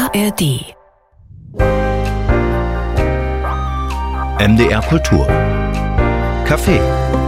ARD MDR Kultur Café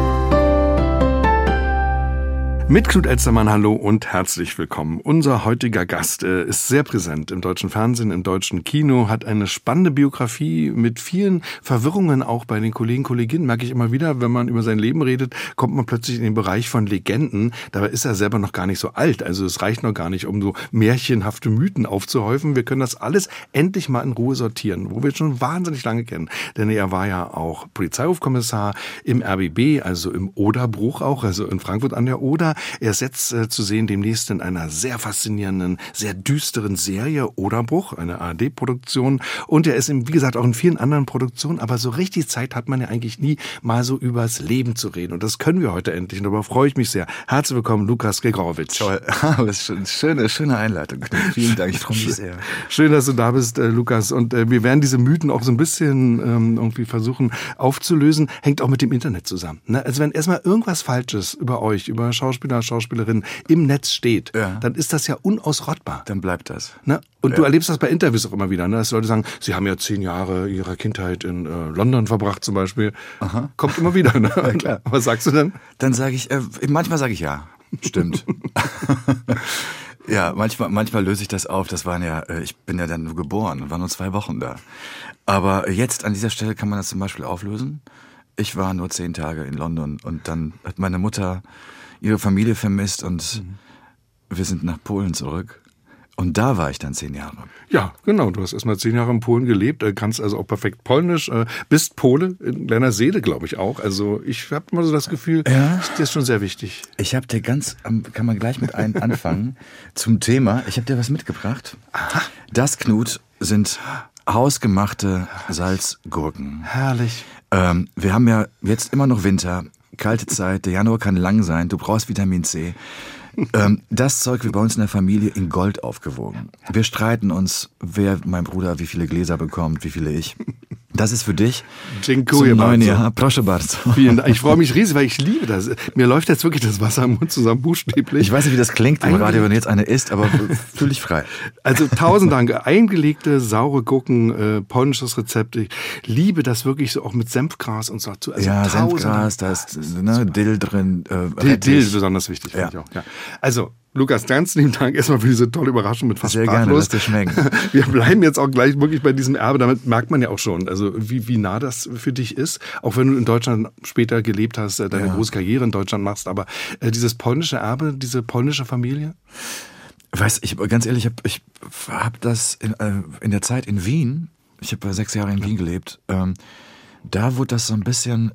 Mit Knut Elstermann, hallo und herzlich willkommen. Unser heutiger Gast ist sehr präsent im deutschen Fernsehen, im deutschen Kino, hat eine spannende Biografie mit vielen Verwirrungen auch bei den Kollegen, Kolleginnen. Merke ich immer wieder, wenn man über sein Leben redet, kommt man plötzlich in den Bereich von Legenden. Dabei ist er selber noch gar nicht so alt. Also es reicht noch gar nicht, um so märchenhafte Mythen aufzuhäufen. Wir können das alles endlich mal in Ruhe sortieren, wo wir schon wahnsinnig lange kennen. Denn er war ja auch Polizeihofkommissar im RBB, also im Oderbruch auch, also in Frankfurt an der Oder. Er ist jetzt zu sehen demnächst in einer sehr faszinierenden, sehr düsteren Serie Oderbruch, eine ARD-Produktion. Und er ist, wie gesagt, auch in vielen anderen Produktionen. Aber so richtig Zeit hat man ja eigentlich nie, mal so übers Leben zu reden. Und das können wir heute endlich. Und darüber freue ich mich sehr. Herzlich willkommen, Lukas Gregorowitsch. Toll. Das ist eine schöne Einleitung. Vielen Dank, ich freue mich sehr. Schön, dass du da bist, Lukas. Und wir werden diese Mythen auch so ein bisschen irgendwie versuchen aufzulösen. Hängt auch mit dem Internet zusammen. Ne? Also wenn erstmal irgendwas Falsches über euch, über Schauspieler, Schauspielerinnen im Netz steht, dann ist das ja unausrottbar. Dann bleibt das. Ne? Und du erlebst das bei Interviews auch immer wieder, ne? Dass Leute sagen, sie haben ja 10 Jahre ihrer Kindheit in London verbracht zum Beispiel. Aha. Kommt immer wieder. Ne? Ja, klar. Was sagst du denn? Dann sage ich, manchmal sage ich ja. Stimmt. Ja, manchmal löse ich das auf. Das waren ja, ich bin ja dann nur geboren und war nur 2 Wochen da. Aber jetzt an dieser Stelle kann man das zum Beispiel auflösen. Ich war nur 10 Tage in London und dann hat meine Mutter ihre Familie vermisst und wir sind nach Polen zurück. Und da war ich dann 10 Jahre. Ja, genau. Du hast erstmal 10 Jahre in Polen gelebt, kannst also auch perfekt Polnisch, bist Pole in deiner Seele, glaube ich auch. Also ich habe immer so das Gefühl, das ist schon sehr wichtig. Ich habe dir kann man gleich mit einem anfangen, zum Thema. Ich habe dir was mitgebracht. Aha. Das, Knut, sind hausgemachte Salzgurken. Herrlich. Wir haben ja jetzt immer noch Winter, kalte Zeit, der Januar kann lang sein, du brauchst Vitamin C. Das Zeug wird bei uns in der Familie in Gold aufgewogen. Wir streiten uns, wer, mein Bruder, wie viele Gläser bekommt, wie viele ich. Das ist für dich Dziękuję zum neuen bardzo. Jahr. Proszę bardzo. Vielen Dank. Ich freue mich riesig, weil ich liebe das. Mir läuft jetzt wirklich das Wasser im Mund zusammen, buchstäblich. Ich weiß nicht, wie das klingt im Radio, wenn jetzt eine isst, aber fühl dich frei. Also 1000 Dank. Eingelegte, saure Gurken, polnisches Rezept. Ich liebe das wirklich so auch mit Senfgras und so. Also ja, Senfgras, da ist Dill drin. Dill ist besonders wichtig, finde ich auch. Ja. Also, Lukas, ganz lieben Dank erstmal für diese tolle Überraschung mit fast Sehr gerne, lass dir schmecken. Wir bleiben jetzt auch gleich wirklich bei diesem Erbe, damit merkt man ja auch schon, also wie nah das für dich ist, auch wenn du in Deutschland später gelebt hast, deine große Karriere in Deutschland machst, aber dieses polnische Erbe, diese polnische Familie? Ganz ehrlich, ich hab das in der Zeit in Wien, ich habe 6 Jahre in Wien gelebt, da wurde das so ein bisschen,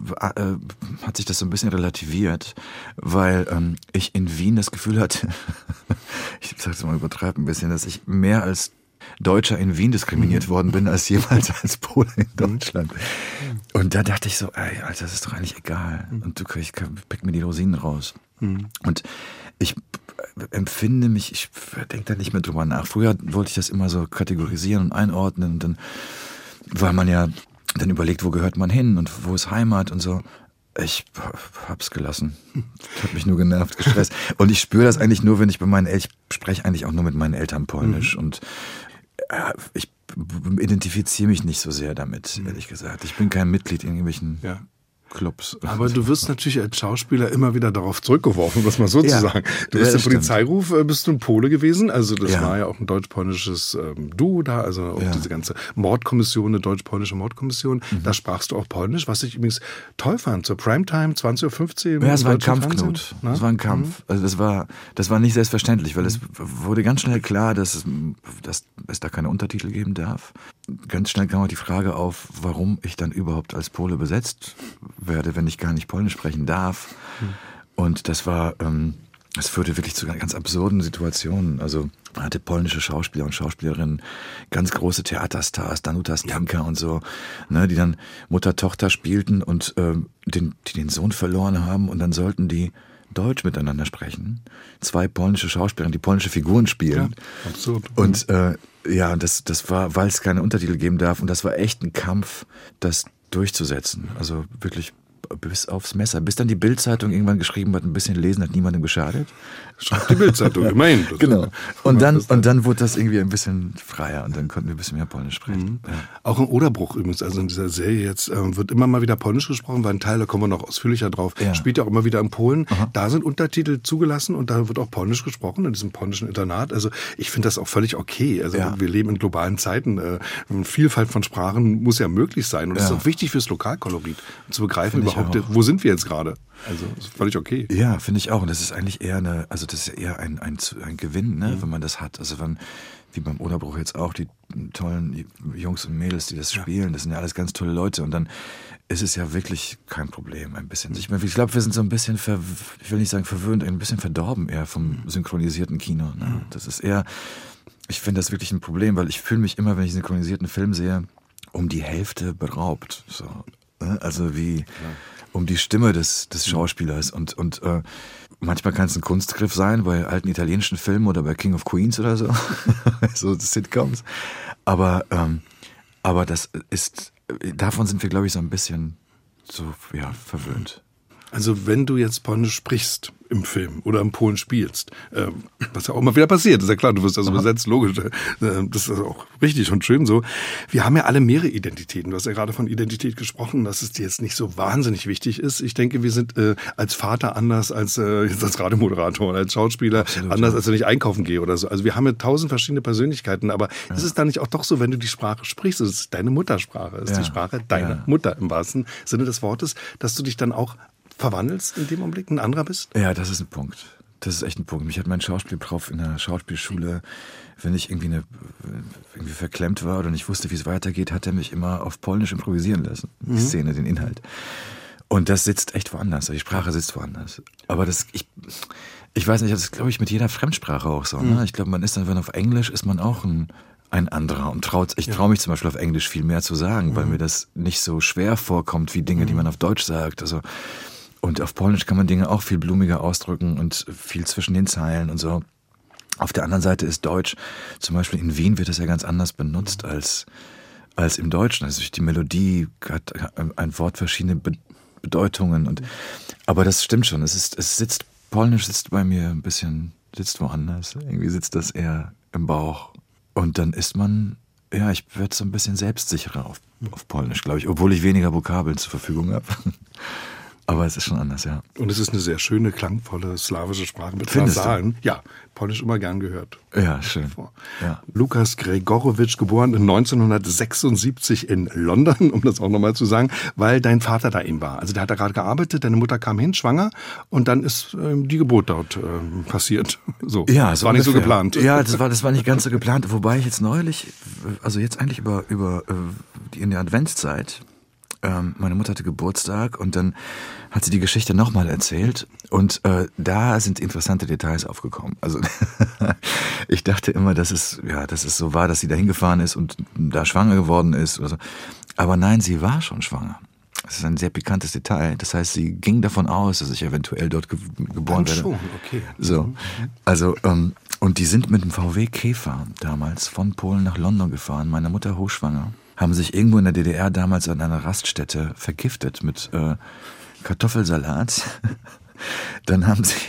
hat sich das so ein bisschen relativiert, weil ich in Wien das Gefühl hatte, ich sag's mal übertreiben ein bisschen, dass ich mehr als Deutscher in Wien diskriminiert worden bin, als jemals als Pole in Deutschland. Und da dachte ich so, ey, Alter, das ist doch eigentlich egal. Und ich pick mir die Rosinen raus. Und ich empfinde mich, ich denke da nicht mehr drüber nach. Früher wollte ich das immer so kategorisieren und einordnen und dann war man ja dann überlegt, wo gehört man hin und wo ist Heimat und so. Ich hab's gelassen. Das hat mich nur genervt, gestresst. Und ich spüre das eigentlich nur, wenn ich bei meinen Eltern, ich spreche eigentlich auch nur mit meinen Eltern Polnisch und ich identifiziere mich nicht so sehr damit, ehrlich gesagt. Ich bin kein Mitglied in irgendwelchen Clubs. Aber du wirst natürlich als Schauspieler immer wieder darauf zurückgeworfen, um das mal so zu sagen. Du bist im Polizeiruf, bist du ein Pole gewesen, also das war ja auch ein deutsch-polnisches Duo da, also auch diese ganze Mordkommission, eine deutsch-polnische Mordkommission, da sprachst du auch Polnisch, was ich übrigens toll fand, zur Primetime, 20.15 Uhr. Ja, es war ein Kampf, Knut. Es war ein Kampf. Also das war nicht selbstverständlich, weil es wurde ganz schnell klar, dass es da keine Untertitel geben darf. Ganz schnell kam auch die Frage auf, warum ich dann überhaupt als Pole besetzt werde, wenn ich gar nicht Polnisch sprechen darf. Und das führte wirklich zu ganz absurden Situationen. Also man hatte polnische Schauspieler und Schauspielerinnen, ganz große Theaterstars, Danuta Stanka und so, ne, die dann Mutter-Tochter spielten und die den Sohn verloren haben und dann sollten die Deutsch miteinander sprechen. 2 polnische Schauspieler, die polnische Figuren spielen. Ja, absurd. Und das war, weil es keine Untertitel geben darf und das war echt ein Kampf, das durchzusetzen. Also wirklich bis aufs Messer. Bis dann die Bild-Zeitung irgendwann geschrieben hat, ein bisschen lesen hat niemandem geschadet. Schreibt die Bild-Zeitung, immerhin. Genau. Und dann wurde das irgendwie ein bisschen freier und dann konnten wir ein bisschen mehr Polnisch sprechen. Ja. Auch in Oderbruch übrigens, also in dieser Serie jetzt wird immer mal wieder Polnisch gesprochen, weil ein Teil, da kommen wir noch ausführlicher drauf, spielt ja auch immer wieder in Polen. Aha. Da sind Untertitel zugelassen und da wird auch Polnisch gesprochen in diesem polnischen Internat. Also ich finde das auch völlig okay. Also wir leben in globalen Zeiten. Vielfalt von Sprachen muss ja möglich sein und das ist auch wichtig fürs Lokalkolorit, zu begreifen überhaupt, wo sind wir jetzt gerade. Also ist völlig okay. Ja, finde ich auch. Und das ist eigentlich eher ein Gewinn, ne, wenn man das hat. Also wie beim Oderbruch jetzt auch, die tollen Jungs und Mädels, die das spielen, das sind ja alles ganz tolle Leute. Und dann ist es ja wirklich kein Problem, ein bisschen. Ich glaube, wir sind so ein bisschen, ich will nicht sagen verwöhnt, ein bisschen verdorben eher vom synchronisierten Kino. Ne? Das ist eher, ich finde das wirklich ein Problem, weil ich fühle mich immer, wenn ich einen synchronisierten Film sehe, um die Hälfte beraubt. So. Also wie um die Stimme des Schauspielers und manchmal kann es ein Kunstgriff sein bei alten italienischen Filmen oder bei King of Queens oder so, so Sitcoms. Aber das ist, davon sind wir, glaube ich, so ein bisschen so verwöhnt. Also wenn du jetzt Polnisch sprichst im Film oder im Polen spielst, was ja auch mal wieder passiert, ist ja klar, du wirst also besetzt, logisch, das ist auch richtig und schön so. Wir haben ja alle mehrere Identitäten, du hast ja gerade von Identität gesprochen, dass es dir jetzt nicht so wahnsinnig wichtig ist. Ich denke, wir sind als Vater anders als jetzt als Radiomoderator oder als Schauspieler. Absolut, anders, als wenn ich einkaufen gehe oder so. Also wir haben ja 1000 verschiedene Persönlichkeiten, aber ist es dann nicht auch doch so, wenn du die Sprache sprichst, es ist deine Muttersprache, es ist die Sprache deiner Mutter im wahrsten Sinne des Wortes, dass du dich dann auch verwandelst in dem Augenblick, ein anderer bist? Ja, das ist ein Punkt. Das ist echt ein Punkt. Mich hat mein Schauspielprof in der Schauspielschule, wenn ich irgendwie verklemmt war oder nicht wusste, wie es weitergeht, hat er mich immer auf Polnisch improvisieren lassen. Die Szene, den Inhalt. Und das sitzt echt woanders. Die Sprache sitzt woanders. Aber ich weiß nicht, das ist, glaube ich, mit jeder Fremdsprache auch so. Ne? Ich glaube, man ist dann, wenn auf Englisch ist man auch ein anderer und ich traue mich zum Beispiel auf Englisch viel mehr zu sagen, weil mir das nicht so schwer vorkommt wie Dinge, die man auf Deutsch sagt. Also und auf Polnisch kann man Dinge auch viel blumiger ausdrücken und viel zwischen den Zeilen und so. Auf der anderen Seite ist Deutsch, zum Beispiel in Wien wird das ja ganz anders benutzt als im Deutschen. Also die Melodie hat ein Wort verschiedene Bedeutungen. Aber das stimmt schon. Polnisch sitzt bei mir ein bisschen, sitzt woanders. Irgendwie sitzt das eher im Bauch. Und dann ist man, ich werde so ein bisschen selbstsicherer auf Polnisch, glaube ich, obwohl ich weniger Vokabeln zur Verfügung habe. Aber es ist schon anders, ja. Und es ist eine sehr schöne, klangvolle slawische Sprache mit Nasalen. Ja, Polnisch immer gern gehört. Ja, schön. Ja. Lukas Gregorowitsch, geboren in 1976 in London, um das auch nochmal zu sagen, weil dein Vater da eben war. Also der hat da gerade gearbeitet, deine Mutter kam hin, schwanger, und dann ist die Geburt dort passiert. So. Ja, das war nicht so geplant. Ja, das war nicht ganz so geplant. Wobei ich jetzt neulich, also jetzt eigentlich in der Adventszeit, meine Mutter hatte Geburtstag und dann hat sie die Geschichte nochmal erzählt und da sind interessante Details aufgekommen. Also ich dachte immer, dass es so war, dass sie da hingefahren ist und da schwanger geworden ist oder so. Aber nein, sie war schon schwanger. Das ist ein sehr pikantes Detail. Das heißt, sie ging davon aus, dass ich eventuell dort geboren werde. Schon, okay. So, also und die sind mit dem VW Käfer damals von Polen nach London gefahren. Meine Mutter hochschwanger. Haben sich irgendwo in der DDR damals an einer Raststätte vergiftet mit Kartoffelsalat. Dann haben sie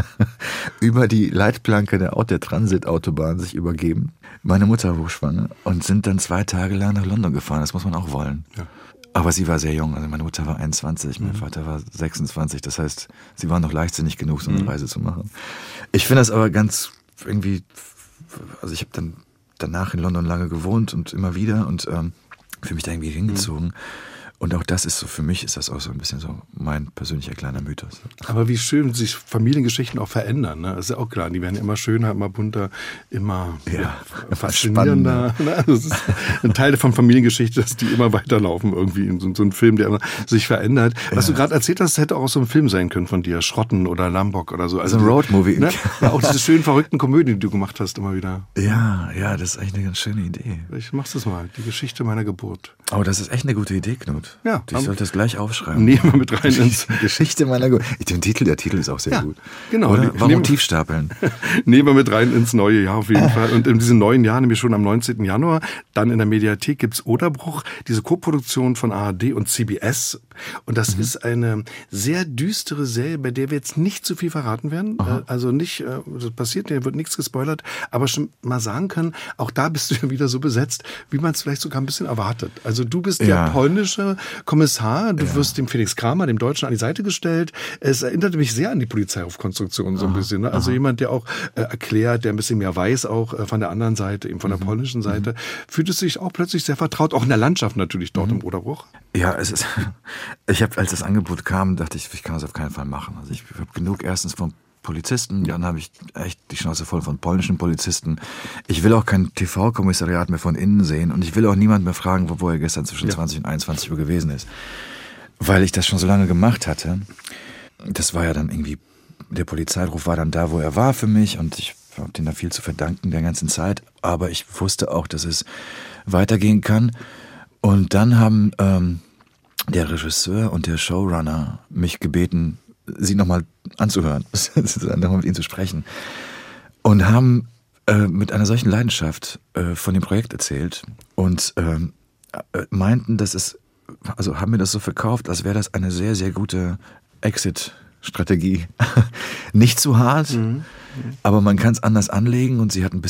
über die Leitplanke der Transitautobahn sich übergeben. Meine Mutter hochschwanger und sind dann 2 Tage lang nach London gefahren. Das muss man auch wollen. Ja. Aber sie war sehr jung. Also meine Mutter war 21, mein Vater war 26. Das heißt, sie waren noch leichtsinnig genug, so eine Reise zu machen. Ich finde das aber ganz irgendwie, also ich habe dann danach in London lange gewohnt und immer wieder und für mich da irgendwie hingezogen. Und auch das ist so, für mich ist das auch so ein bisschen so mein persönlicher kleiner Mythos. Aber wie schön sich Familiengeschichten auch verändern, ne? Das ist ja auch klar, die werden immer schöner, immer bunter, immer faszinierender. Ne? Also das ist ein Teil von Familiengeschichte, dass die immer weiterlaufen irgendwie in so einem Film, der immer sich verändert. Was du gerade erzählt hast, hätte auch so ein Film sein können von dir, Schrotten oder Lambok oder so. Also ein Roadmovie. Ne? Ja, auch diese schönen, verrückten Komödien, die du gemacht hast, immer wieder. Ja, das ist eigentlich eine ganz schöne Idee. Ich mach's das mal, die Geschichte meiner Geburt. Oh, das ist echt eine gute Idee, Knut. gut. Ja, Ich sollte das gleich aufschreiben. Nehmen wir mit rein ins... Geschichte meiner der Titel ist auch sehr gut. Genau. Oder? Warum tiefstapeln? Nehmen wir mit rein ins neue Jahr auf jeden Fall. Und in diesem neuen Jahr, nämlich schon am 19. Januar, dann in der Mediathek gibt's Oderbruch, diese Koproduktion von ARD und CBS. Und das ist eine sehr düstere Serie, bei der wir jetzt nicht zu viel verraten werden. Also nicht, das passiert, dir wird nichts gespoilert, aber schon mal sagen können, auch da bist du ja wieder so besetzt, wie man es vielleicht sogar ein bisschen erwartet. Also du bist der polnische Kommissar, du wirst dem Felix Kramer, dem Deutschen, an die Seite gestellt. Es erinnert mich sehr an die Polizeirufkonstruktion so ein bisschen. Ne? Also jemand, der auch erklärt, der ein bisschen mehr weiß, auch von der anderen Seite, eben von der polnischen Seite. Fühlt es sich auch plötzlich sehr vertraut, auch in der Landschaft natürlich dort im Oderbruch? Ja, ich habe, als das Angebot kam, dachte ich kann das auf keinen Fall machen. Also ich habe genug erstens von Polizisten, dann habe ich echt die Schnauze voll von polnischen Polizisten. Ich will auch kein TV-Kommissariat mehr von innen sehen und ich will auch niemand mehr fragen, wo er gestern zwischen 20 und 21 Uhr gewesen ist. Weil ich das schon so lange gemacht hatte. Das war ja dann irgendwie, der Polizeiruf war dann da, wo er war für mich und ich habe denen da viel zu verdanken der ganzen Zeit. Aber ich wusste auch, dass es weitergehen kann. Und dann haben der Regisseur und der Showrunner mich gebeten, sie nochmal anzuhören, nochmal mit ihnen zu sprechen. Und haben mit einer solchen Leidenschaft von dem Projekt erzählt und meinten, haben mir das so verkauft, als wäre das eine sehr, sehr gute Exit-Strategie. Nicht zu hart, aber man kann es anders anlegen und sie hat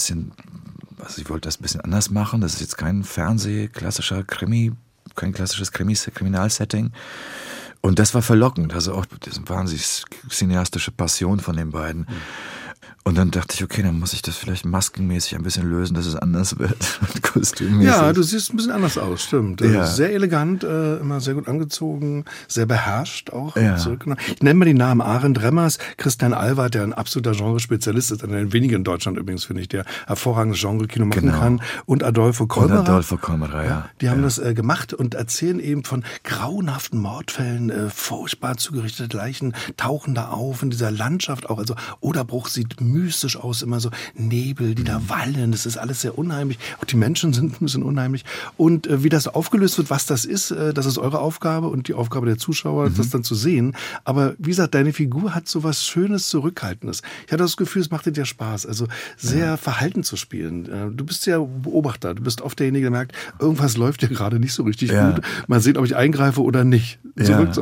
sie wollte das ein bisschen anders machen. Das ist jetzt kein klassischer Krimi, kein klassisches Kriminalsetting. Und das war verlockend, also auch diese wahnsinnig cineastische Passion von den beiden. Und dann dachte ich, okay, dann muss ich das vielleicht maskenmäßig ein bisschen lösen, dass es anders wird. Kostümmäßig. Ja, du siehst ein bisschen anders aus, stimmt. Ja. Sehr elegant, immer sehr gut angezogen, sehr beherrscht auch. Ja. Ich nenne mal die Namen Arend Remmers, Christian Alward, der ein absoluter Genrespezialist ist, einer der wenigen in Deutschland übrigens, finde ich, der hervorragendes Genre-Kino machen kann. Und Adolfo Kolmerer. Ja. Die haben das gemacht und erzählen eben von grauenhaften Mordfällen, furchtbar zugerichtete Leichen tauchen da auf in dieser Landschaft auch. Also Oderbruch sieht mystisch aus, immer so Nebel, die da wallen. Das ist alles sehr unheimlich. Auch die Menschen sind ein bisschen unheimlich. Und wie das aufgelöst wird, was das ist eure Aufgabe und die Aufgabe der Zuschauer, das dann zu sehen. Aber wie gesagt, deine Figur hat so was Schönes, Zurückhaltendes. Ich hatte das Gefühl, es machte dir Spaß, also sehr verhalten zu spielen. Du bist ja Beobachter. Du bist oft derjenige, der merkt, irgendwas läuft ja gerade nicht so richtig gut. Mal sehen, ob ich eingreife oder nicht. Das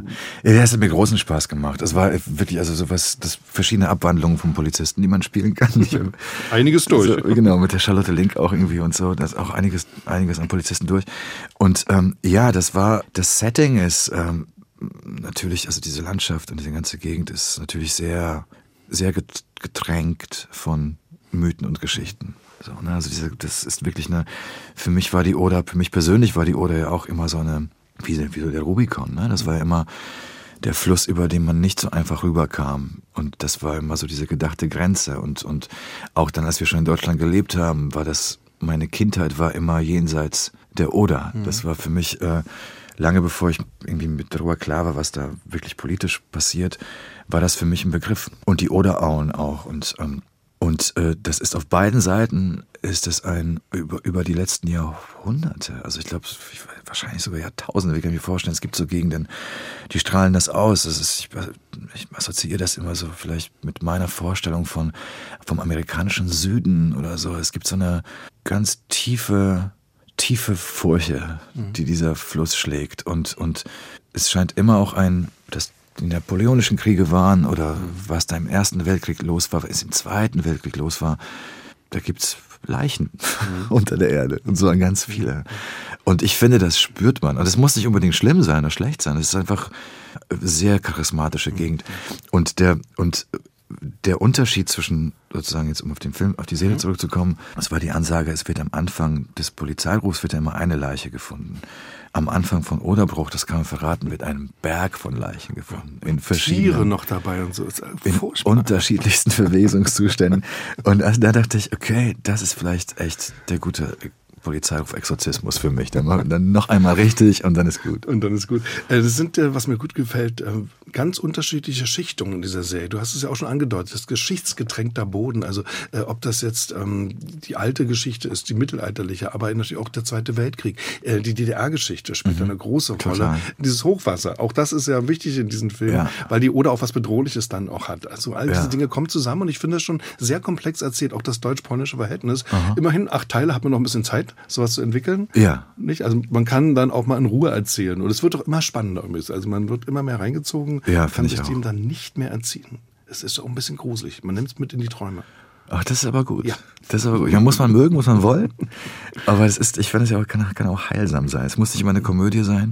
hat mir großen Spaß gemacht. Es war wirklich also sowas, das verschiedene Abwandlungen vom Polizisten, die man spielen kann. Einiges durch. Also, genau, mit der Charlotte Link auch irgendwie und so. Da ist auch einiges an Polizisten durch. Und das Setting ist natürlich, also diese Landschaft und diese ganze Gegend ist natürlich sehr, sehr getränkt von Mythen und Geschichten. So, ne? Also das ist wirklich für mich persönlich war die Oder ja auch immer so wie so der Rubikon, ne? Das war ja immer der Fluss, über den man nicht so einfach rüberkam. Und das war immer so diese gedachte Grenze. Und auch dann, als wir schon in Deutschland gelebt haben, meine Kindheit war immer jenseits der Oder. Das war für mich, lange bevor ich irgendwie darüber klar war, was da wirklich politisch passiert, war das für mich ein Begriff. Und die Oderauen auch. Und das ist auf beiden Seiten ist es über die letzten Jahrhunderte, also ich glaube wahrscheinlich sogar Jahrtausende, wie kann ich mir vorstellen, es gibt so Gegenden, die strahlen das aus. Ich assoziiere das immer so vielleicht mit meiner Vorstellung vom amerikanischen Süden oder so. Es gibt so eine ganz tiefe Furche, die dieser Fluss schlägt und es scheint immer auch die napoleonischen Kriege waren oder was da im Ersten Weltkrieg los war, was im Zweiten Weltkrieg los war, da gibt's Leichen unter der Erde und so ganz viele. Und ich finde, das spürt man. Und es muss nicht unbedingt schlimm sein oder schlecht sein. Es ist einfach eine sehr charismatische Gegend. Und der Unterschied zwischen, sozusagen jetzt um auf die Serie zurückzukommen, das war die Ansage, es wird am Anfang des Polizeirufs wird immer eine Leiche gefunden. Am Anfang von Oderbruch, das kann man verraten, wird ein Berg von Leichen gefunden. In verschiedenen Tiere noch dabei und so. In unterschiedlichsten Verwesungszuständen. Und da dachte ich, okay, das ist vielleicht echt der gute Polizeiruf Exorzismus für mich. Dann noch einmal richtig und dann ist gut. Und dann ist gut. Das sind, was mir gut gefällt, ganz unterschiedliche Schichtungen in dieser Serie. Du hast es ja auch schon angedeutet, das geschichtsgetränkter Boden. Also ob das jetzt die alte Geschichte ist, die mittelalterliche, aber natürlich auch der Zweite Weltkrieg. Die DDR-Geschichte spielt eine große Rolle. Dieses Hochwasser, auch das ist ja wichtig in diesem Film, weil die Oder auch was Bedrohliches dann auch hat. Also all diese Dinge kommen zusammen und ich finde das schon sehr komplex erzählt, auch das deutsch-polnische Verhältnis. Immerhin 8 Teile, hat man noch ein bisschen Zeit, sowas zu entwickeln. Ja. Nicht? Also man kann dann auch mal in Ruhe erzählen und es wird doch immer spannender. Also man wird immer mehr reingezogen, kann sich dem dann nicht mehr entziehen. Es ist auch ein bisschen gruselig. Man nimmt es mit in die Träume. Ach, das ist aber gut. Ja. Das ist aber gut. Ja, muss man mögen, muss man wollen. Aber ich finde es ja auch, kann auch heilsam sein. Es muss nicht immer eine Komödie sein.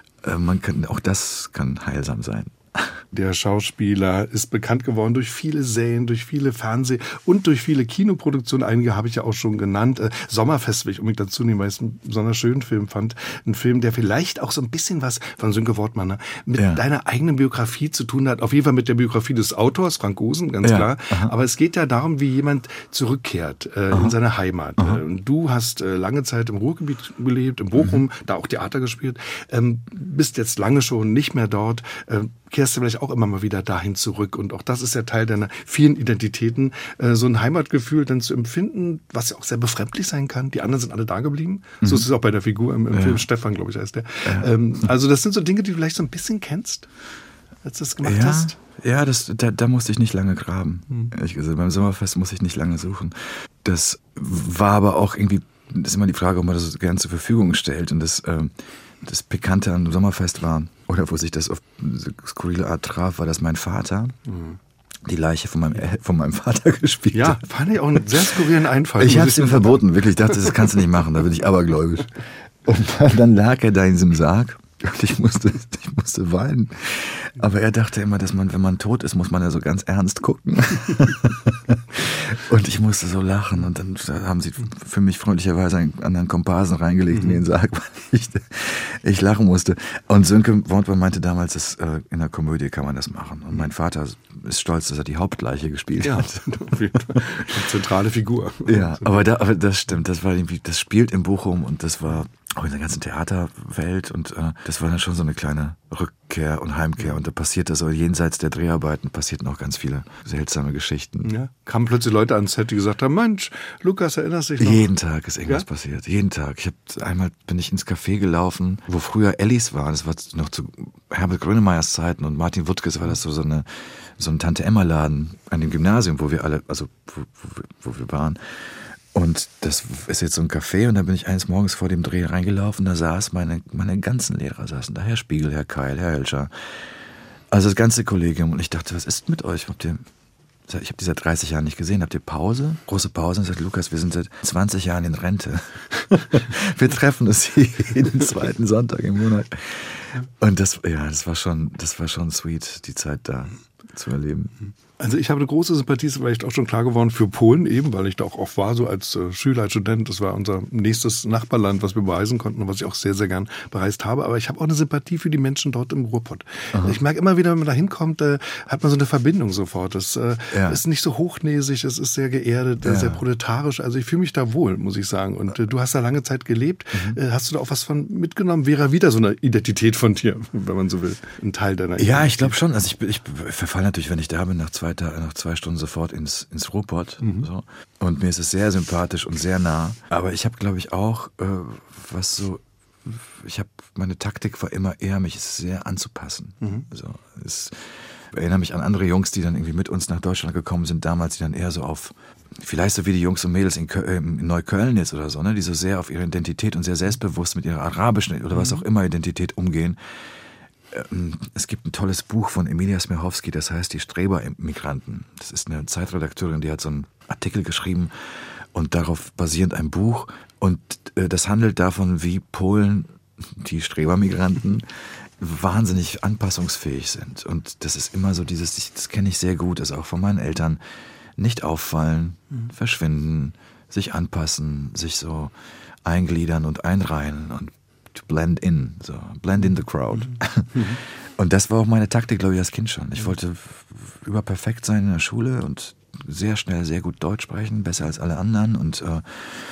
Auch das kann heilsam sein. Der Schauspieler ist bekannt geworden durch viele Serien, durch viele Fernseh- und durch viele Kinoproduktionen. Einige habe ich ja auch schon genannt. Sommerfest will ich unbedingt dazu nehmen, weil ich es einen besonders schönen Film fand. Ein Film, der vielleicht auch so ein bisschen was von Sönke Wortmann mit deiner eigenen Biografie zu tun hat. Auf jeden Fall mit der Biografie des Autors, Frank Gosen, ganz klar. Aber es geht ja darum, wie jemand zurückkehrt in seine Heimat. Du hast lange Zeit im Ruhrgebiet gelebt, in Bochum, da auch Theater gespielt. Bist jetzt lange schon nicht mehr dort. Kehrst du vielleicht auch immer mal wieder dahin zurück. Und auch das ist ja Teil deiner vielen Identitäten, so ein Heimatgefühl dann zu empfinden, was ja auch sehr befremdlich sein kann. Die anderen sind alle da geblieben. So ist es auch bei der Figur im Film Stefan, glaube ich, heißt der. Also das sind so Dinge, die du vielleicht so ein bisschen kennst, als du das gemacht hast. Ja, da musste ich nicht lange graben. Ehrlich gesagt, beim Sommerfest musste ich nicht lange suchen. Das war aber auch irgendwie, das ist immer die Frage, ob man das gern zur Verfügung stellt. Und das Pikante am Sommerfest war, oder wo sich das auf skurrile Art traf, war, dass mein Vater die Leiche von meinem Vater gespielt hat. Ja, fand ich auch einen sehr skurrilen Einfall. Ich habe es ihm verboten, wirklich. Ich dachte, das kannst du nicht machen, da bin ich abergläubisch. Und dann lag er da in diesem Sarg und ich musste weinen. Aber er dachte immer, dass wenn man tot ist, muss man ja so ganz ernst gucken. Und ich musste so lachen. Und dann haben sie für mich freundlicherweise einen anderen Komparsen reingelegt in den Sarg, weil ich lachen musste. Und Sönke Wortmann meinte damals, dass in der Komödie kann man das machen. Und mein Vater ist stolz, dass er die Hauptleiche gespielt hat. Eine zentrale Figur. Ja, aber das stimmt. Das war irgendwie, das spielt in Bochum und das war auch in der ganzen Theaterwelt und das war dann schon so eine kleine Rückkehr und Heimkehr und da passierte so jenseits der Dreharbeiten passierten auch ganz viele seltsame Geschichten. Ja. Kamen plötzlich Leute ans Set, die gesagt haben, Mensch, Lukas, erinnerst du dich noch? Jeden Tag ist irgendwas passiert, jeden Tag. Einmal bin ich ins Café gelaufen, wo früher Ellis war, das war noch zu Herbert Grönemeyers Zeiten und Martin Wuttges war das so ein Tante-Emma-Laden an dem Gymnasium, wo wir alle, also wo wir waren. Und das ist jetzt so ein Café und da bin ich eines Morgens vor dem Dreh reingelaufen, da saß meine ganzen Lehrer saßen da, Herr Spiegel, Herr Keil, Herr Hölscher, also das ganze Kollegium und ich dachte, was ist mit euch? Ich habe die seit 30 Jahren nicht gesehen, habt ihr Pause? Große Pause und sagt, Lukas, wir sind seit 20 Jahren in Rente. Wir treffen uns jeden zweiten Sonntag im Monat. Und das war schon sweet, die Zeit da zu erleben. Also ich habe eine große Sympathie, ist vielleicht auch schon klar geworden, für Polen eben, weil ich da auch oft war, so als Schüler, als Student. Das war unser nächstes Nachbarland, was wir bereisen konnten und was ich auch sehr, sehr gern bereist habe. Aber ich habe auch eine Sympathie für die Menschen dort im Ruhrpott. Ich merke immer wieder, wenn man da hinkommt, hat man so eine Verbindung sofort. Das ist nicht so hochnäsig, es ist sehr geerdet, sehr proletarisch. Also ich fühle mich da wohl, muss ich sagen. Und du hast da lange Zeit gelebt. Hast du da auch was von mitgenommen? Wäre wieder so eine Identität von dir, wenn man so will, ein Teil deiner Identität? Ja, ich glaube schon. Also ich verfalle natürlich, wenn ich da bin, nach 2 Stunden sofort ins Ruhrpott. So. Und mir ist es sehr sympathisch und sehr nah. Aber ich habe, glaube ich, auch meine Taktik war immer eher, mich sehr anzupassen. Also, ich erinnere mich an andere Jungs, die dann irgendwie mit uns nach Deutschland gekommen sind damals, die dann eher so vielleicht so wie die Jungs und Mädels in Neukölln jetzt oder so, ne, die so sehr auf ihre Identität und sehr selbstbewusst mit ihrer arabischen oder was auch immer Identität umgehen. Es gibt ein tolles Buch von Emilia Smirhowski, das heißt Die Streber-Migranten. Das ist eine Zeitredakteurin, die hat so einen Artikel geschrieben und darauf basierend ein Buch. Und das handelt davon, wie Polen, die Strebermigranten, wahnsinnig anpassungsfähig sind. Und das ist immer so das kenne ich sehr gut, also auch von meinen Eltern, nicht auffallen, verschwinden, sich anpassen, sich so eingliedern und einreihen und to blend in the crowd. Und das war auch meine Taktik, glaube ich, als Kind schon. Ich wollte überperfekt sein in der Schule und sehr schnell sehr gut Deutsch sprechen, besser als alle anderen und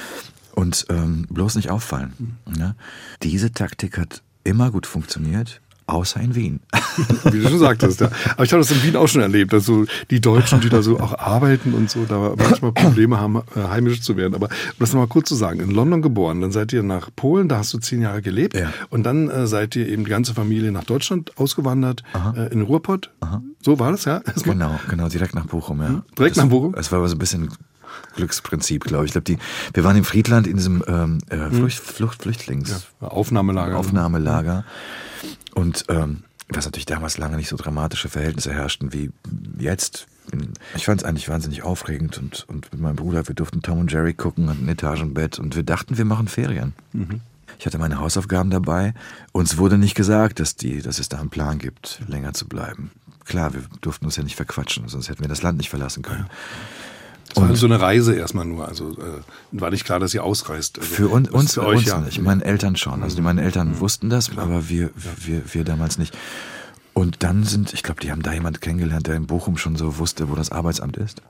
und bloß nicht auffallen. Ne? Diese Taktik hat immer gut funktioniert, außer in Wien. Wie du schon sagtest, ja. Aber ich habe das in Wien auch schon erlebt, dass so die Deutschen, die da so auch arbeiten und so, da manchmal Probleme haben, heimisch zu werden. Aber um das nochmal kurz zu sagen, in London geboren, dann seid ihr nach Polen, da hast du 10 Jahre gelebt und dann seid ihr eben die ganze Familie nach Deutschland ausgewandert, in Ruhrpott. So war das, ja? Genau, direkt nach Bochum, ja. Direkt nach Bochum? Es war aber so ein bisschen Glücksprinzip, glaube ich. Wir waren im Friedland in diesem Flüchtlings... Ja, Aufnahmelager. Und was natürlich damals lange nicht so dramatische Verhältnisse herrschten wie jetzt. Ich fand es eigentlich wahnsinnig aufregend und mit meinem Bruder, wir durften Tom und Jerry gucken, hatten ein Etagenbett und wir dachten, wir machen Ferien. Ich hatte meine Hausaufgaben dabei. Uns wurde nicht gesagt, dass es da einen Plan gibt, länger zu bleiben. Klar, wir durften uns ja nicht verquatschen, sonst hätten wir das Land nicht verlassen können. Es war so eine Reise erstmal nur, also war nicht klar, dass ihr ausreist. Also, für uns ja nicht, meinen Eltern schon. Also meine Eltern wussten das, aber wir damals nicht. Und dann ich glaube, die haben da jemand kennengelernt, der in Bochum schon so wusste, wo das Arbeitsamt ist.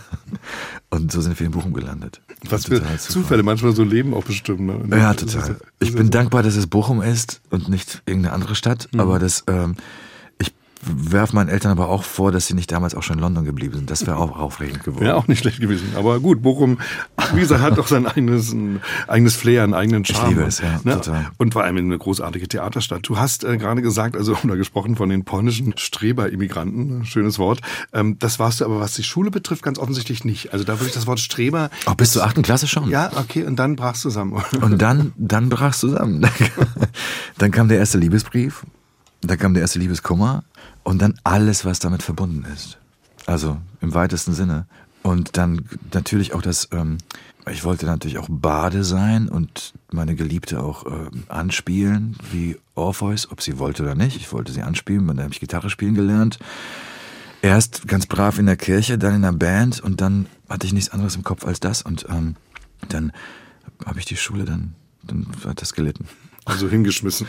Und so sind wir in Bochum gelandet. Was für Zufälle manchmal so Leben auch bestimmen. Ne? Ja, total. Ich bin dankbar, dass es Bochum ist und nicht irgendeine andere Stadt, aber werfe meinen Eltern aber auch vor, dass sie nicht damals auch schon in London geblieben sind. Das wäre auch aufregend geworden. Ja, auch nicht schlecht gewesen. Aber gut, Bochum, wie gesagt, hat doch sein eigenes Flair, einen eigenen Charme. Ich liebe es, ja, total. Und vor allem eine großartige Theaterstadt. Du hast gerade gesagt, oder gesprochen von den polnischen Streber-Immigranten, schönes Wort. Das warst du aber, was die Schule betrifft, ganz offensichtlich nicht. Also da würde ich das Wort Streber... Auch bis zur 8. Klasse schon? Ja, okay, und dann brach's zusammen. Und dann brach's zusammen. Dann kam der erste Liebesbrief, dann kam der erste Liebeskummer. Und dann alles, was damit verbunden ist. Also im weitesten Sinne. Und dann natürlich auch ich wollte natürlich auch Bade sein und meine Geliebte auch anspielen, wie Orpheus, ob sie wollte oder nicht. Ich wollte sie anspielen, dann habe ich Gitarre spielen gelernt. Erst ganz brav in der Kirche, dann in der Band und dann hatte ich nichts anderes im Kopf als das. Und dann habe ich die Schule, dann hat das gelitten. Also hingeschmissen.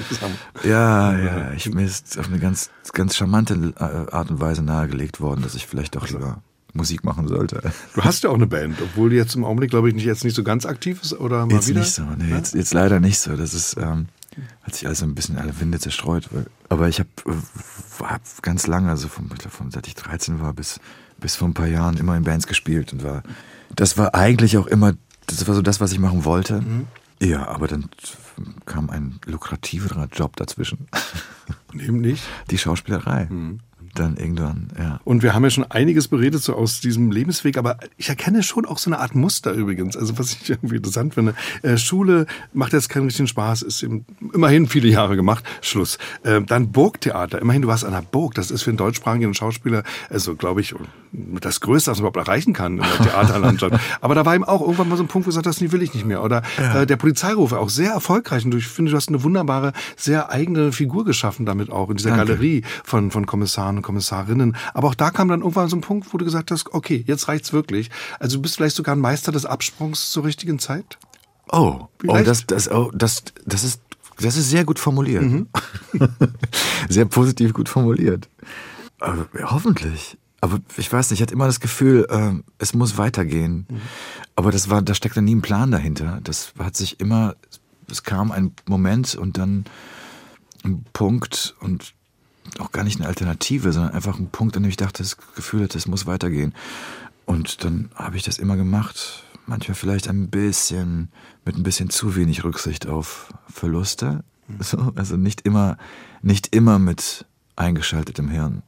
Ja, ich mir ist auf eine ganz, ganz charmante Art und Weise nahegelegt worden, dass ich vielleicht doch lieber Musik machen sollte. Du hast ja auch eine Band, obwohl die jetzt im Augenblick, glaube ich, nicht so ganz aktiv ist, oder mal jetzt wieder? Nicht so, nee, ja? jetzt leider nicht so. Das ist, hat sich alles ein bisschen alle Winde zerstreut. Aber ich habe ganz lange, also seit ich 13 war bis vor ein paar Jahren immer in Bands gespielt und das war eigentlich auch immer, das war so das, was ich machen wollte. Ja, aber dann kam ein lukrativerer Job dazwischen. Eben nicht? Die Schauspielerei. Dann irgendwann, ja. Und wir haben ja schon einiges beredet so aus diesem Lebensweg, aber ich erkenne schon auch so eine Art Muster übrigens, also was ich irgendwie interessant finde. Schule macht jetzt keinen richtigen Spaß, ist eben immerhin viele Jahre gemacht, Schluss. Dann Burgtheater, immerhin du warst an der Burg, das ist für einen deutschsprachigen Schauspieler, also glaube ich, das Größte, was man überhaupt erreichen kann in der Theaterlandschaft. Aber da war eben auch irgendwann mal so ein Punkt, wo du gesagt hast, nee, will ich nicht mehr. Oder der Polizeiruf, auch sehr erfolgreich und ich finde, du hast eine wunderbare, sehr eigene Figur geschaffen damit auch, in dieser Galerie von Kommissaren und Kommissarinnen. Aber auch da kam dann irgendwann so ein Punkt, wo du gesagt hast, okay, jetzt wirklich. Also du bist vielleicht sogar ein Meister des Absprungs zur richtigen Zeit? Das ist sehr gut formuliert. Sehr positiv gut formuliert. Hoffentlich. Aber ich weiß nicht, ich hatte immer das Gefühl, es muss weitergehen. Aber da steckte nie ein Plan dahinter. Es kam ein Moment und dann ein Punkt und auch gar nicht eine Alternative, sondern einfach ein Punkt, an dem ich dachte, das Gefühl hatte, es muss weitergehen. Und dann habe ich das immer gemacht. Manchmal vielleicht mit ein bisschen zu wenig Rücksicht auf Verluste. So, also nicht immer mit eingeschaltetem Hirn.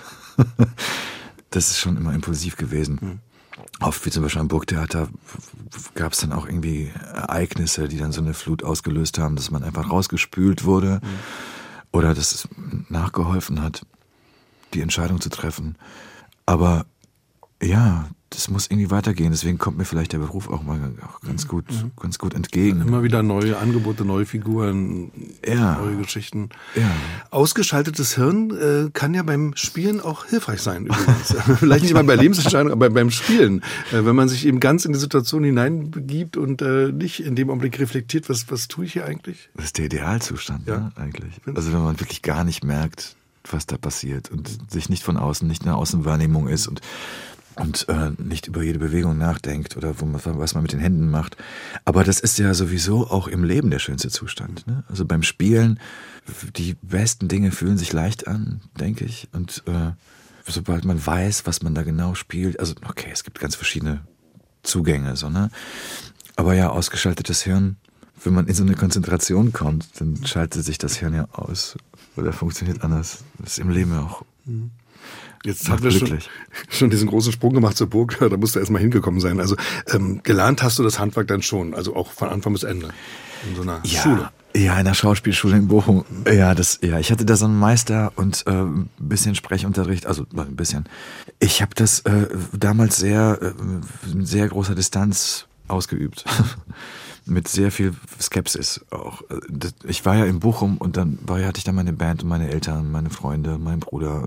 Das ist schon immer impulsiv gewesen. Oft, wie zum Beispiel am Burgtheater, gab es dann auch irgendwie Ereignisse, die dann so eine Flut ausgelöst haben, dass man einfach rausgespült wurde. Oder dass es nachgeholfen hat, die Entscheidung zu treffen. Aber ja, das muss irgendwie weitergehen. Deswegen kommt mir vielleicht der Beruf auch mal ganz gut entgegen. Immer wieder neue Angebote, neue Figuren, neue Geschichten. Ja. Ausgeschaltetes Hirn kann ja beim Spielen auch hilfreich sein übrigens. Vielleicht nicht mal bei Lebensentscheidungen, aber beim Spielen. Wenn man sich eben ganz in die Situation hineinbegibt und nicht in dem Augenblick reflektiert, was tue ich hier eigentlich? Das ist der Idealzustand, ne, eigentlich. Also wenn man wirklich gar nicht merkt, was da passiert und sich nicht von außen, nicht eine Außenwahrnehmung ist und und nicht über jede Bewegung nachdenkt oder was man mit den Händen macht. Aber das ist ja sowieso auch im Leben der schönste Zustand. Ne? Also beim Spielen, die besten Dinge fühlen sich leicht an, denke ich. Und sobald man weiß, was man da genau spielt, also okay, es gibt ganz verschiedene Zugänge, so, ne? Aber ja, ausgeschaltetes Hirn, wenn man in so eine Konzentration kommt, dann schaltet sich das Hirn ja aus oder funktioniert anders. Das ist im Leben ja auch. Jetzt haben wir schon diesen großen Sprung gemacht zur Burg, da musst du erstmal hingekommen sein. Also gelernt hast du das Handwerk dann schon, also auch von Anfang bis Ende in so einer Schule. Ja, in der Schauspielschule in Bochum. Ja, ich hatte da so einen Meister und ein bisschen Sprechunterricht, also ein bisschen. Ich habe das damals mit sehr großer Distanz ausgeübt. Mit sehr viel Skepsis auch. Ich war ja in Bochum und dann hatte ich da meine Band und meine Eltern, meine Freunde, mein Bruder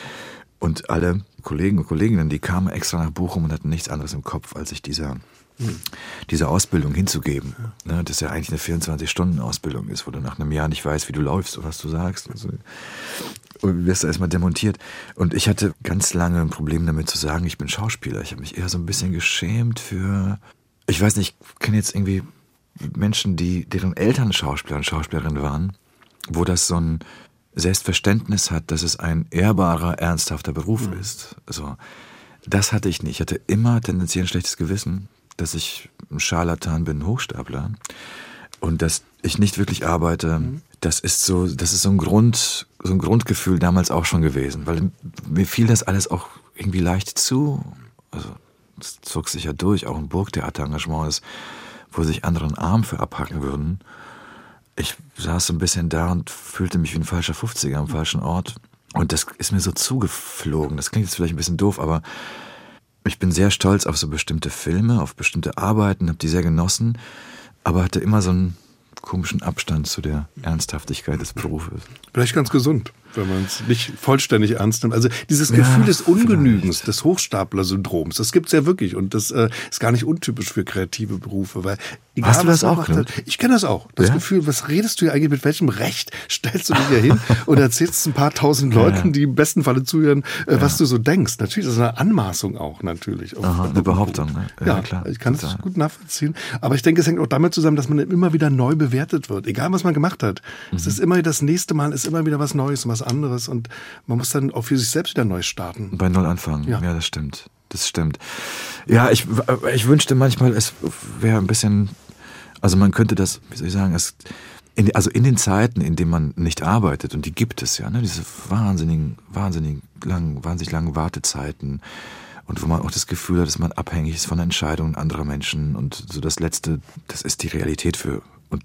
und alle Kollegen und Kolleginnen, die kamen extra nach Bochum und hatten nichts anderes im Kopf, als sich diese Ausbildung hinzugeben. Ne, das ja eigentlich eine 24-Stunden-Ausbildung ist, wo du nach einem Jahr nicht weißt, wie du läufst oder was du sagst. Also, und wirst erstmal demontiert. Und ich hatte ganz lange ein Problem damit zu sagen, ich bin Schauspieler. Ich habe mich eher so ein bisschen geschämt für, ich weiß nicht, ich kenne jetzt irgendwie Menschen, deren Eltern Schauspieler und Schauspielerinnen waren, wo das so ein Selbstverständnis hat, dass es ein ehrbarer, ernsthafter Beruf ist. Also, das hatte ich nicht. Ich hatte immer tendenziell ein schlechtes Gewissen, dass ich ein Scharlatan bin, ein Hochstapler. Und dass ich nicht wirklich arbeite, das ist so ein Grundgefühl damals auch schon gewesen. Weil mir fiel das alles auch irgendwie leicht zu. Also, es zog sich ja durch, auch ein Burgtheaterengagement ist, wo sich andere einen Arm für abhacken würden. Ich saß so ein bisschen da und fühlte mich wie ein falscher 50er am falschen Ort. Und das ist mir so zugeflogen. Das klingt jetzt vielleicht ein bisschen doof, aber ich bin sehr stolz auf so bestimmte Filme, auf bestimmte Arbeiten, habe die sehr genossen, aber hatte immer so einen komischen Abstand zu der Ernsthaftigkeit des Berufes. Vielleicht ganz gesund, wenn man es nicht vollständig ernst nimmt. Also dieses Gefühl des Ungenügens, des Hochstapler-Syndroms, das gibt's ja wirklich und das ist gar nicht untypisch für kreative Berufe. Weil egal, hast du das auch? Ich kenne das auch. Das Gefühl, was redest du hier eigentlich, mit welchem Recht stellst du dich hier hin und erzählst ein paar tausend Leuten, die im besten Falle zuhören, was du so denkst. Natürlich, das ist eine Anmaßung auch natürlich. Eine Behauptung. Ne? Ja, klar. Ich kann es gut nachvollziehen. Aber ich denke, es hängt auch damit zusammen, dass man immer wieder neu bewertet wird. Egal, was man gemacht hat. Es ist immer das nächste Mal, ist immer wieder was Neues und was anderes und man muss dann auch für sich selbst wieder neu starten. Bei Null anfangen. Ja, das stimmt. Das stimmt. Ja, ich wünschte manchmal, es wäre ein bisschen, also man könnte das, wie soll ich sagen, in den Zeiten, in denen man nicht arbeitet, und die gibt es ja, ne, diese wahnsinnig langen Wartezeiten und wo man auch das Gefühl hat, dass man abhängig ist von Entscheidungen anderer Menschen und so das Letzte, das ist die Realität für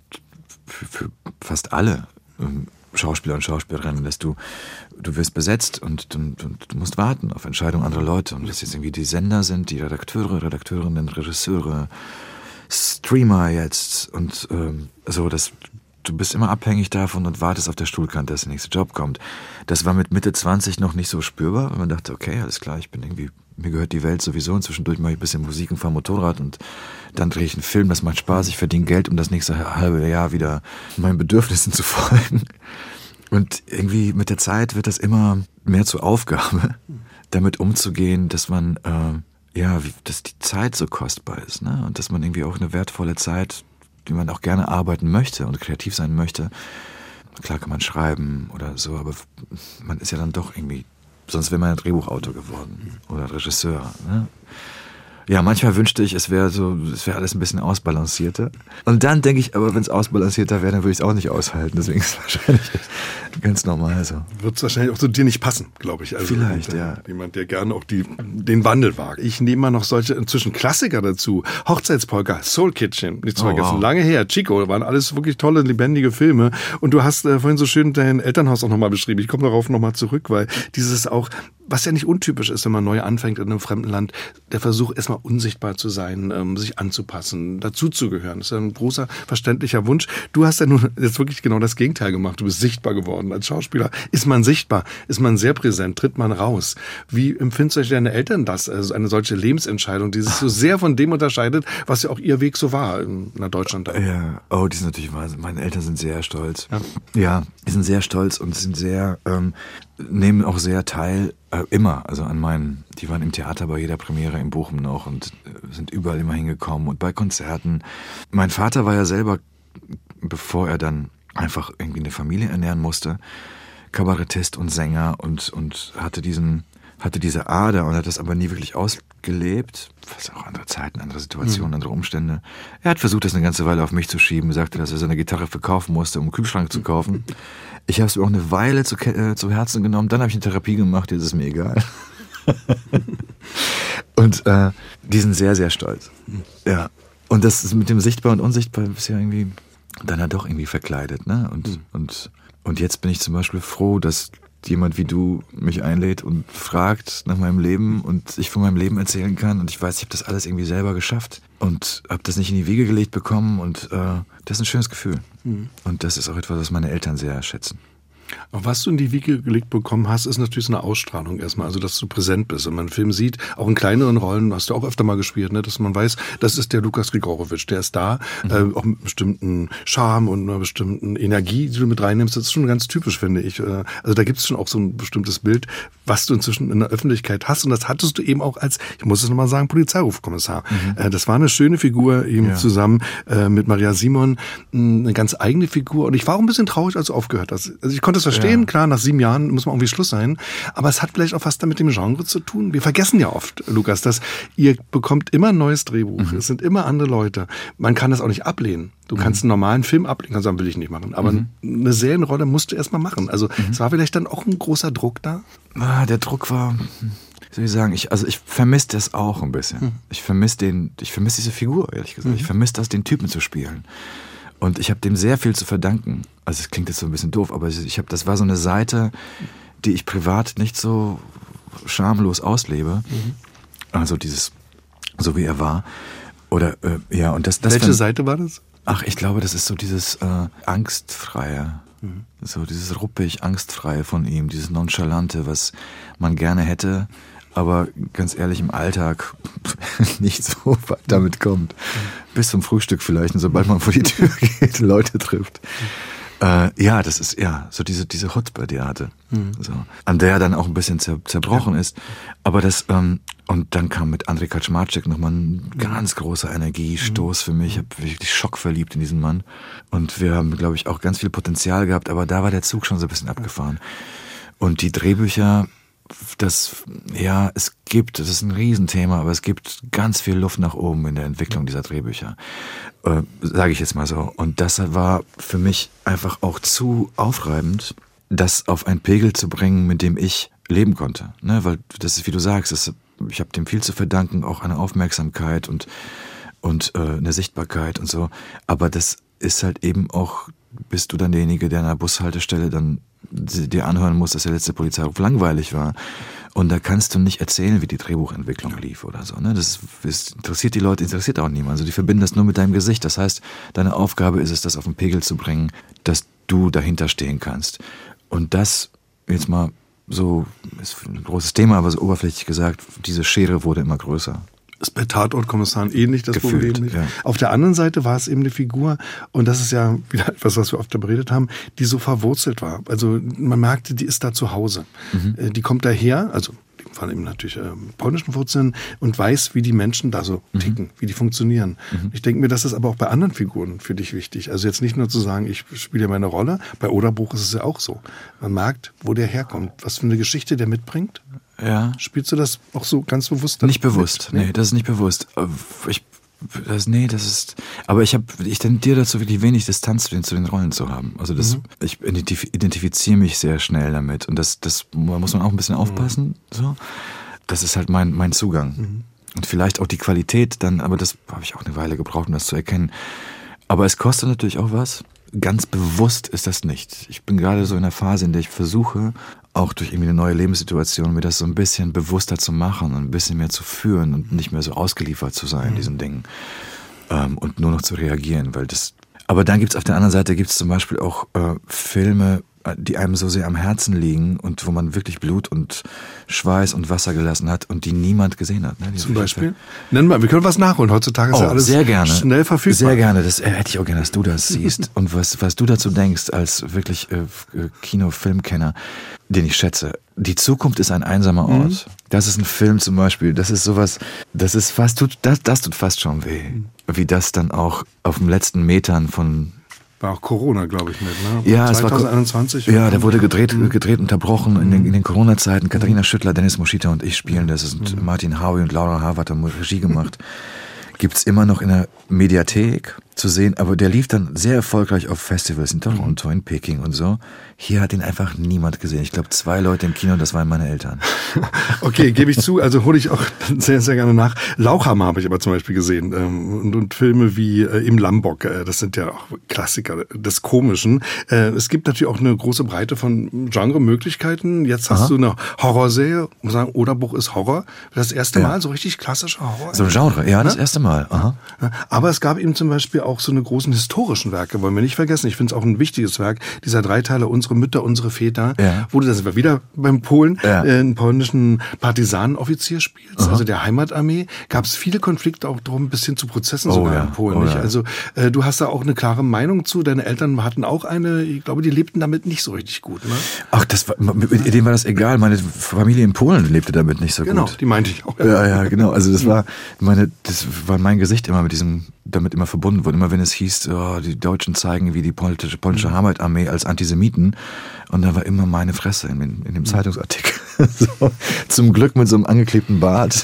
fast alle Schauspieler und Schauspielerinnen, dass du wirst besetzt und du musst warten auf Entscheidungen anderer Leute. Und dass jetzt irgendwie die Sender sind, die Redakteurinnen, Regisseure, Streamer jetzt und so, dass du bist immer abhängig davon und wartest auf der Stuhlkante, dass der nächste Job kommt. Das war mit Mitte 20 noch nicht so spürbar, weil man dachte, okay, alles klar, mir gehört die Welt sowieso und zwischendurch mache ich ein bisschen Musik und fahre Motorrad und dann drehe ich einen Film, das macht Spaß, ich verdiene Geld, um das nächste halbe Jahr wieder meinen Bedürfnissen zu folgen. Und irgendwie mit der Zeit wird das immer mehr zur Aufgabe, damit umzugehen, dass man, dass die Zeit so kostbar ist, ne? Und dass man irgendwie auch eine wertvolle Zeit, die man auch gerne arbeiten möchte und kreativ sein möchte. Klar kann man schreiben oder so, aber man ist ja dann doch irgendwie, sonst wäre man ein Drehbuchautor geworden oder Regisseur, ne? Ja, manchmal wünschte ich, es wäre alles ein bisschen ausbalancierter. Und dann denke ich, aber wenn es ausbalancierter wäre, dann würde ich es auch nicht aushalten. Deswegen ist es wahrscheinlich ganz normal so. Wird es wahrscheinlich auch zu dir nicht passen, glaube ich. Also vielleicht, ja. Jemand, der gerne auch den Wandel wagt. Ich nehme mal noch solche inzwischen Klassiker dazu. Hochzeitspolka, Soul Kitchen, nicht zu vergessen. Wow. Lange her, Chico, waren alles wirklich tolle, lebendige Filme. Und du hast vorhin so schön dein Elternhaus auch nochmal beschrieben. Ich komme darauf nochmal zurück, weil dieses auch, was ja nicht untypisch ist, wenn man neu anfängt in einem fremden Land, der Versuch, erstmal unsichtbar zu sein, sich anzupassen, dazuzugehören. Das ist ein großer, verständlicher Wunsch. Du hast ja nun jetzt wirklich genau das Gegenteil gemacht. Du bist sichtbar geworden als Schauspieler. Ist man sichtbar? Ist man sehr präsent? Tritt man raus? Wie empfinden sich deine Eltern das? Also eine solche Lebensentscheidung, die sich so sehr von dem unterscheidet, was ja auch ihr Weg so war in Deutschland. Ja, die sind natürlich wahnsinnig. Meine Eltern sind sehr stolz. Ja, die sind sehr stolz und sind sehr, nehmen auch sehr teil immer, also die waren im Theater bei jeder Premiere in Bochum noch und sind überall immer hingekommen und bei Konzerten. Mein Vater war ja selber, bevor er dann einfach irgendwie eine Familie ernähren musste, Kabarettist und Sänger und hatte diese Ader und hat das aber nie wirklich ausgelebt. Was auch andere Zeiten, andere Situationen, andere Umstände. Er hat versucht, das eine ganze Weile auf mich zu schieben, sagte, dass er seine Gitarre verkaufen musste, um einen Kühlschrank zu kaufen. Ich habe es mir auch eine Weile zu Herzen genommen, dann habe ich eine Therapie gemacht, jetzt ist mir egal. Und die sind sehr, sehr stolz. Ja. Und das ist mit dem Sichtbar und Unsichtbar ist ja irgendwie dann ja doch irgendwie verkleidet, ne? Und jetzt bin ich zum Beispiel froh, dass jemand wie du mich einlädt und fragt nach meinem Leben und ich von meinem Leben erzählen kann und ich weiß, ich habe das alles irgendwie selber geschafft und habe das nicht in die Wiege gelegt bekommen und das ist ein schönes Gefühl. Und das ist auch etwas, was meine Eltern sehr schätzen. Auch was du in die Wiege gelegt bekommen hast, ist natürlich so eine Ausstrahlung erstmal, also dass du präsent bist und man einen Film sieht, auch in kleineren Rollen, hast du auch öfter mal gespielt, ne, dass man weiß, das ist der Lukas Grigorowitsch, der ist da, auch mit einem bestimmten Charme und einer bestimmten Energie, die du mit reinnimmst, das ist schon ganz typisch, finde ich. Also da gibt es schon auch so ein bestimmtes Bild, was du inzwischen in der Öffentlichkeit hast und das hattest du eben auch als, ich muss es nochmal sagen, Polizeirufkommissar. Das war eine schöne Figur eben zusammen mit Maria Simon, eine ganz eigene Figur und ich war auch ein bisschen traurig, als du aufgehört hast. Also ich konnte das verstehen, klar, nach 7 Jahren muss man irgendwie Schluss sein, aber es hat vielleicht auch was damit dem Genre zu tun. Wir vergessen ja oft, Lukas, dass ihr bekommt immer ein neues Drehbuch, es sind immer andere Leute. Man kann das auch nicht ablehnen. Du kannst einen normalen Film ablehnen, kannst sagen, will ich nicht machen, aber eine Serienrolle musst du erstmal machen. Also es war vielleicht dann auch ein großer Druck da? Der Druck war, wie soll ich sagen, ich vermisse das auch ein bisschen. Ich vermisse diese Figur, ehrlich gesagt. Ich vermisse das, den Typen zu spielen. Und ich habe dem sehr viel zu verdanken. Also es klingt jetzt so ein bisschen doof, aber das war so eine Seite, die ich privat nicht so schamlos auslebe. Also dieses, so wie er war. Oder, und das. Welche Seite war das? Ach, ich glaube, das ist so dieses Angstfreie. So dieses ruppig Angstfreie von ihm, dieses Nonchalante, was man gerne hätte, aber ganz ehrlich im Alltag nicht so weit damit kommt. Bis zum Frühstück vielleicht, und sobald man vor die Tür geht, Leute trifft. Das ist so diese Chutzpe, die er hatte. So, an der er dann auch ein bisschen zerbrochen ist. Aber das, und dann kam mit Andrej Kaczmarczyk nochmal ein ganz großer Energiestoß für mich. Ich habe wirklich schockverliebt in diesen Mann. Und wir haben, glaube ich, auch ganz viel Potenzial gehabt, aber da war der Zug schon so ein bisschen abgefahren. Und die Drehbücher, das ist ein Riesenthema, aber es gibt ganz viel Luft nach oben in der Entwicklung dieser Drehbücher. Sage ich jetzt mal so. Und das war für mich einfach auch zu aufreibend, das auf einen Pegel zu bringen, mit dem ich leben konnte. Ne? Weil das ist, wie du sagst, ich habe dem viel zu verdanken, auch eine Aufmerksamkeit und eine Sichtbarkeit und so. Aber das ist halt eben auch, bist du dann derjenige, der an der Bushaltestelle dann dir anhören muss, dass der letzte Polizeiruf langweilig war. Und da kannst du nicht erzählen, wie die Drehbuchentwicklung lief oder so. Ne? Das interessiert die Leute, interessiert auch niemand. Also die verbinden das nur mit deinem Gesicht. Das heißt, deine Aufgabe ist es, das auf den Pegel zu bringen, dass du dahinter stehen kannst. Und das, jetzt mal so, ist ein großes Thema, aber so oberflächlich gesagt, diese Schere wurde immer größer. Ist bei Tatortkommissaren ähnlich das Gefühlt, Problem. Ja. Auf der anderen Seite war es eben eine Figur, und das ist ja wieder etwas, was wir oft beredet haben, die so verwurzelt war. Also man merkte, die ist da zu Hause. Die kommt daher, also von eben natürlich polnischen Wurzeln, und weiß, wie die Menschen da so ticken, wie die funktionieren. Ich denke mir, das ist aber auch bei anderen Figuren für dich wichtig. Also jetzt nicht nur zu sagen, ich spiele meine Rolle. Bei Oderbruch ist es ja auch so. Man merkt, wo der herkommt, was für eine Geschichte der mitbringt. Ja. Spielst du das auch so ganz bewusst? Nicht bewusst, nee, das ist nicht bewusst. Aber ich tendiere dazu, wirklich wenig Distanz zu den Rollen zu haben. Also ich identifiziere mich sehr schnell damit. Und das muss man auch ein bisschen aufpassen. So. Das ist halt mein Zugang. Und vielleicht auch die Qualität dann, aber das habe ich auch eine Weile gebraucht, um das zu erkennen. Aber es kostet natürlich auch was. Ganz bewusst ist das nicht. Ich bin gerade so in einer Phase, in der ich versuche, auch durch irgendwie eine neue Lebenssituation, mir das so ein bisschen bewusster zu machen und ein bisschen mehr zu führen und nicht mehr so ausgeliefert zu sein, diesen Dingen. Und nur noch zu reagieren, aber dann gibt's auf der anderen Seite zum Beispiel auch Filme, die einem so sehr am Herzen liegen und wo man wirklich Blut und Schweiß und Wasser gelassen hat und die niemand gesehen hat. Ne? Zum Beispiel? Nenn mal, wir können was nachholen. Heutzutage ist ja alles sehr gerne. Schnell verfügbar. Sehr gerne. Das hätte ich auch gerne, dass du das siehst. Und was du dazu denkst, als wirklich Kino-Filmkenner, den ich schätze. Die Zukunft ist ein einsamer Ort. Das ist ein Film zum Beispiel. Das ist sowas, das tut fast schon weh. Wie das dann auch auf den letzten Metern von... War auch Corona, glaube ich, mit, ne? Ja, 2021. Ja, der wurde gedreht unterbrochen in den Corona-Zeiten. Katharina Schüttler, Dennis Moschita und ich spielen das. Und Martin Howie und Laura Harvard haben Regie gemacht. Gibt's immer noch in der Mediathek zu sehen, aber der lief dann sehr erfolgreich auf Festivals in Toronto, in Peking und so. Hier hat ihn einfach niemand gesehen. Ich glaube 2 Leute im Kino, das waren meine Eltern. Okay, gebe ich zu, also hole ich auch sehr, sehr gerne nach. Lauchhammer habe ich aber zum Beispiel gesehen und Filme wie Im Lambok, das sind ja auch Klassiker des Komischen. Es gibt natürlich auch eine große Breite von Genremöglichkeiten. Jetzt hast du eine Horrorserie, muss sagen, Oderbruch ist Horror. Das erste Mal so richtig klassischer Horror. So ein Genre, ja, das erste Mal. Aha. Aber es gab eben zum Beispiel auch so eine großen historischen Werke, wollen wir nicht vergessen. Ich finde es auch ein wichtiges Werk, dieser 3 Teile Unsere Mütter, unsere Väter, wo du, da sind wir wieder beim Polen, einen polnischen Partisanenoffizier spielst, also der Heimatarmee. Gab es viele Konflikte auch drum, bis hin zu Prozessen sogar in Polen. Nicht? Also du hast da auch eine klare Meinung zu. Deine Eltern hatten auch eine, ich glaube, die lebten damit nicht so richtig gut. Ne? Ach, denen war das egal. Meine Familie in Polen lebte damit nicht so gut. Genau, die meinte ich auch. Ja, genau. Also das war mein Gesicht immer damit immer verbunden wurde. Immer wenn es hieß, die Deutschen zeigen wie die polnische Heimatarmee als Antisemiten. Und da war immer meine Fresse in dem Zeitungsartikel. So, zum Glück mit so einem angeklebten Bart.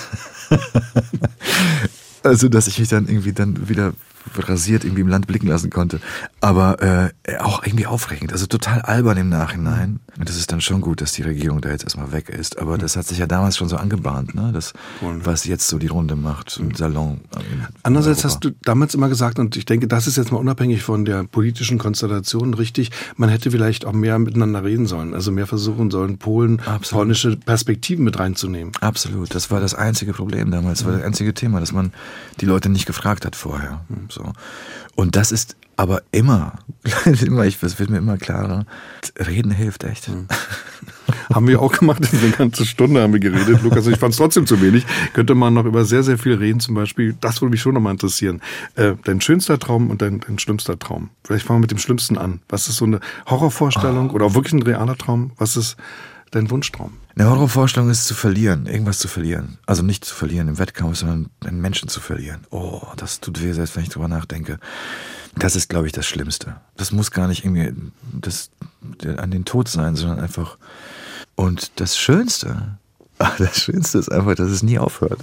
Also, dass ich mich dann wieder rasiert irgendwie im Land blicken lassen konnte. Aber auch irgendwie aufregend. Also total albern im Nachhinein. Und das ist dann schon gut, dass die Regierung da jetzt erstmal weg ist. Aber das hat sich ja damals schon so angebahnt, ne? Das, was jetzt so die Runde macht im Salon. Andererseits hast du damals immer gesagt, und ich denke, das ist jetzt mal unabhängig von der politischen Konstellation richtig, man hätte vielleicht auch mehr miteinander reden sollen. Also mehr versuchen sollen, polnische Perspektiven mit reinzunehmen. Absolut. Das war das einzige Problem damals. Das war das einzige Thema, dass man die Leute nicht gefragt hat vorher. So. Und das ist aber immer, es wird mir immer klarer, reden hilft echt. Haben wir auch gemacht, eine ganze Stunde haben wir geredet, Lukas. Ich fand es trotzdem zu wenig. Könnte man noch über sehr, sehr viel reden, zum Beispiel, das würde mich schon nochmal interessieren. Dein schönster Traum und dein schlimmster Traum. Vielleicht fangen wir mit dem Schlimmsten an. Was ist so eine Horrorvorstellung oder auch wirklich ein realer Traum? Was ist dein Wunschtraum? Eine Horrorvorstellung ist zu verlieren, irgendwas zu verlieren. Also nicht zu verlieren im Wettkampf, sondern einen Menschen zu verlieren. Oh, das tut weh, selbst wenn ich drüber nachdenke. Das ist, glaube ich, das Schlimmste. Das muss gar nicht irgendwie an den Tod sein, sondern einfach... Und das Schönste ist einfach, dass es nie aufhört.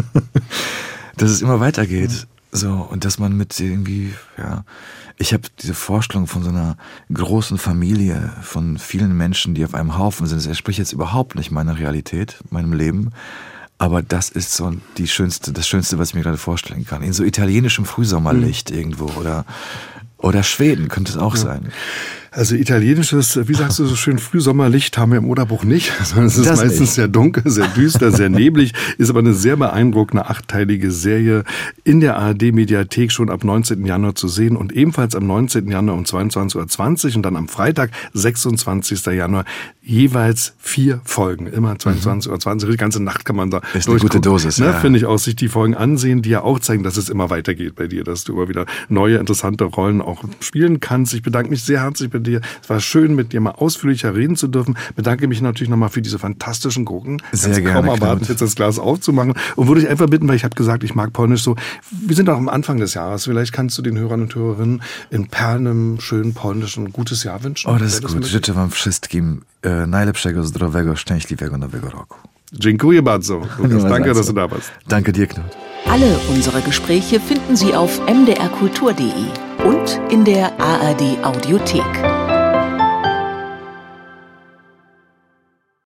Dass es immer weitergeht. So, und dass man mit irgendwie, ich habe diese Vorstellung von so einer großen Familie, von vielen Menschen, die auf einem Haufen sind. Das entspricht jetzt überhaupt nicht meiner Realität, meinem Leben. Aber das ist so das Schönste, was ich mir gerade vorstellen kann. In so italienischem Frühsommerlicht irgendwo oder Schweden könnte es auch sein. Also italienisches, wie sagst du so schön, Frühsommerlicht haben wir im Oderbruch nicht, sondern es ist meistens sehr dunkel, sehr düster, sehr neblig, ist aber eine sehr beeindruckende 8-teilige Serie in der ARD-Mediathek schon ab 19. Januar zu sehen und ebenfalls am 19. Januar um 22.20 Uhr und dann am Freitag, 26. Januar, jeweils 4 Folgen, immer 22.20 Uhr, die ganze Nacht kann man da ist eine gute Dosis, ne, finde ich auch, sich die Folgen ansehen, die ja auch zeigen, dass es immer weitergeht bei dir, dass du immer wieder neue, interessante Rollen auch spielen kannst. Ich bedanke mich sehr herzlich bei dir. Es war schön, mit dir mal ausführlicher reden zu dürfen. Bedanke mich natürlich nochmal für diese fantastischen Gurken. Sehr gerne. Kaum erwarten, jetzt das Glas aufzumachen. Und würde ich einfach bitten, weil ich habe gesagt, ich mag Polnisch so. Wir sind auch am Anfang des Jahres. Vielleicht kannst du den Hörern und Hörerinnen in perlem, schönen Polnischen ein gutes Jahr wünschen. Oh, das ist gut. Życzę wam wszystkim najlepszego, zdrowego, szczęśliwego nowego roku. Dziękuję bardzo. Lukas, danke, dass du da warst. Danke dir, Knut. Alle unsere Gespräche finden Sie auf mdrkultur.de und in der ARD Audiothek.